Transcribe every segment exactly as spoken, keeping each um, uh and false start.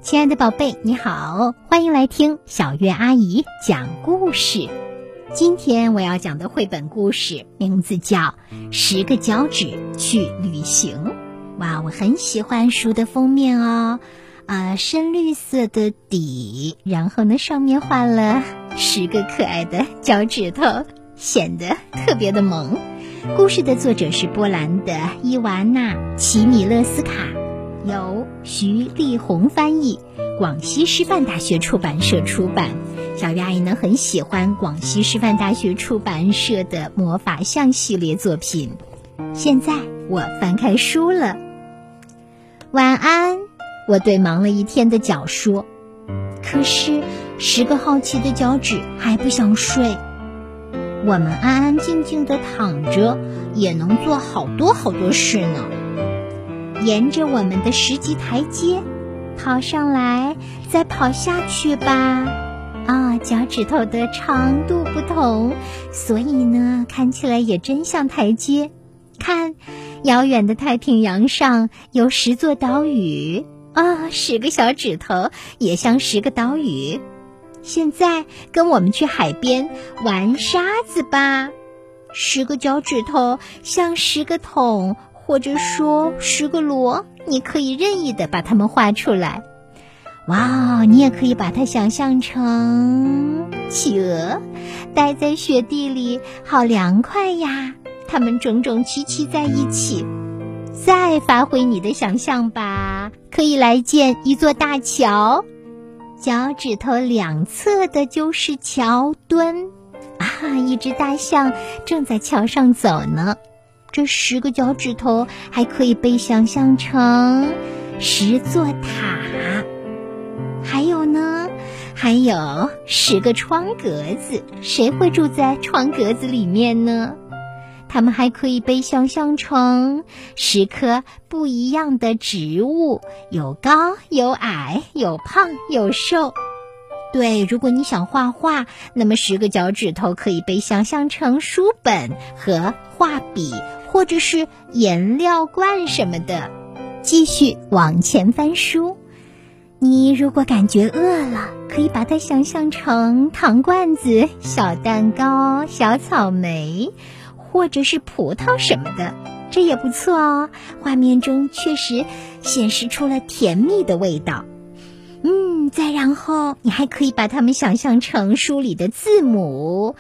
亲爱的宝贝，你好，欢迎来听小月阿姨讲故事。今天我要讲的绘本故事名字叫《十个脚趾去旅行》。哇，我很喜欢书的封面哦，啊，深绿色的底，然后呢上面画了十个可爱的脚趾头，显得特别的萌。故事的作者是波兰的伊娃娜·齐米勒斯卡，由徐丽红翻译，广西师范大学出版社出版。小月阿姨呢很喜欢广西师范大学出版社的魔法象系列作品。现在我翻开书了。晚安，我对忙了一天的脚说。可是十个好奇的脚趾还不想睡。我们安安静静地躺着，也能做好多好多事呢。沿着我们的十级台阶跑上来，再跑下去吧。啊，脚趾头的长度不同，所以呢看起来也真像台阶。看，遥远的太平洋上有十座岛屿啊，十个小指头也像十个岛屿。现在跟我们去海边玩沙子吧。十个脚趾头像十个桶，或者说十个螺，你可以任意的把它们画出来。哇，你也可以把它想象成企鹅，待在雪地里好凉快呀，它们整整齐齐在一起。再发挥你的想象吧，可以来建一座大桥，脚趾头两侧的就是桥墩啊，一只大象正在桥上走呢。这十个脚趾头还可以被想象成十座塔。还有呢，还有十个窗格子，谁会住在窗格子里面呢？它们还可以被想象成十棵不一样的植物，有高有矮，有胖有瘦。对，如果你想画画，那么十个脚趾头可以被想象成书本和画笔，或者是颜料罐什么的。继续往前翻书。你如果感觉饿了，可以把它想象成糖罐子、小蛋糕、小草莓，或者是葡萄什么的，这也不错哦。画面中确实显示出了甜蜜的味道。嗯，再然后你还可以把它们想象成书里的字母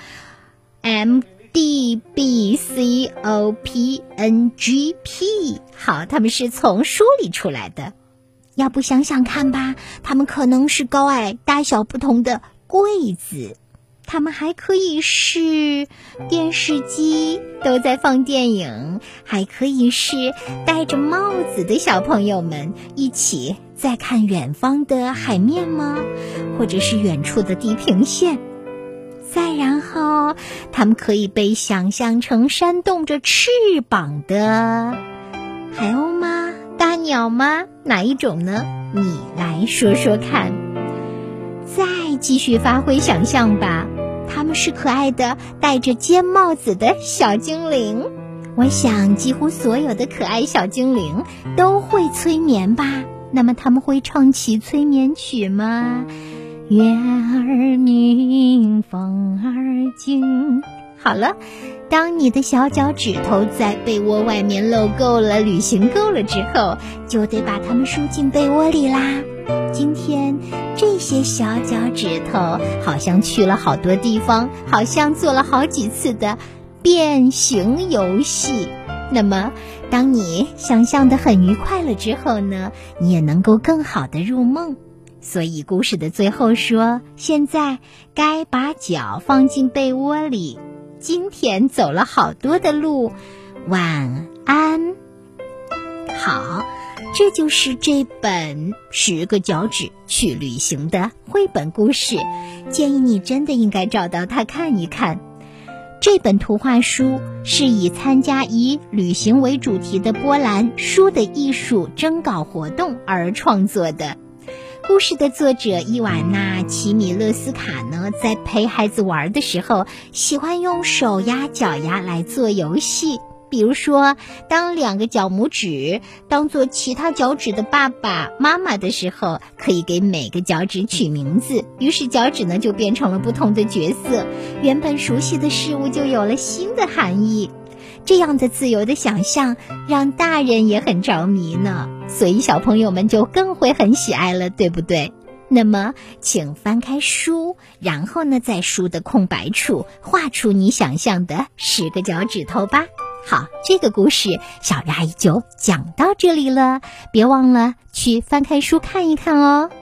M D B C O P N G P， 好，它们是从书里出来的。要不想想看吧，它们可能是高矮大小不同的柜子，它们还可以是电视机，都在放电影，还可以是戴着帽子的小朋友们一起在看远方的海面吗？或者是远处的地平线。再然后它们可以被想象成扇动着翅膀的海鸥吗？大鸟吗？哪一种呢？你来说说看。再继续发挥想象吧，它们是可爱的戴着尖帽子的小精灵。我想几乎所有的可爱小精灵都会催眠吧，那么他们会唱起催眠曲吗？月儿明，风儿静。好了，当你的小脚趾头在被窝外面露够了、旅行够了之后，就得把它们输进被窝里啦。今天这些小脚趾头好像去了好多地方，好像做了好几次的变形游戏。那么当你想象得很愉快了之后呢，你也能够更好的入梦。所以故事的最后说，现在该把脚放进被窝里，今天走了好多的路，晚安。好，这就是这本十个脚趾去旅行的绘本故事，建议你真的应该找到它看一看。这本图画书是以参加以旅行为主题的波兰书的艺术征稿活动而创作的。故事的作者伊瓦娜·齐米勒斯卡呢，在陪孩子玩的时候，喜欢用手呀脚呀来做游戏。 比如说，当两个脚拇指当做其他脚趾的爸爸妈妈的时候，可以给每个脚趾取名字，于是脚趾呢就变成了不同的角色，原本熟悉的事物就有了新的含义。这样的自由的想象让大人也很着迷呢，所以小朋友们就更会很喜爱了，对不对？那么请翻开书，然后呢在书的空白处画出你想象的十个脚趾头吧。好，这个故事小鱼阿姨就讲到这里了，别忘了去翻开书看一看哦。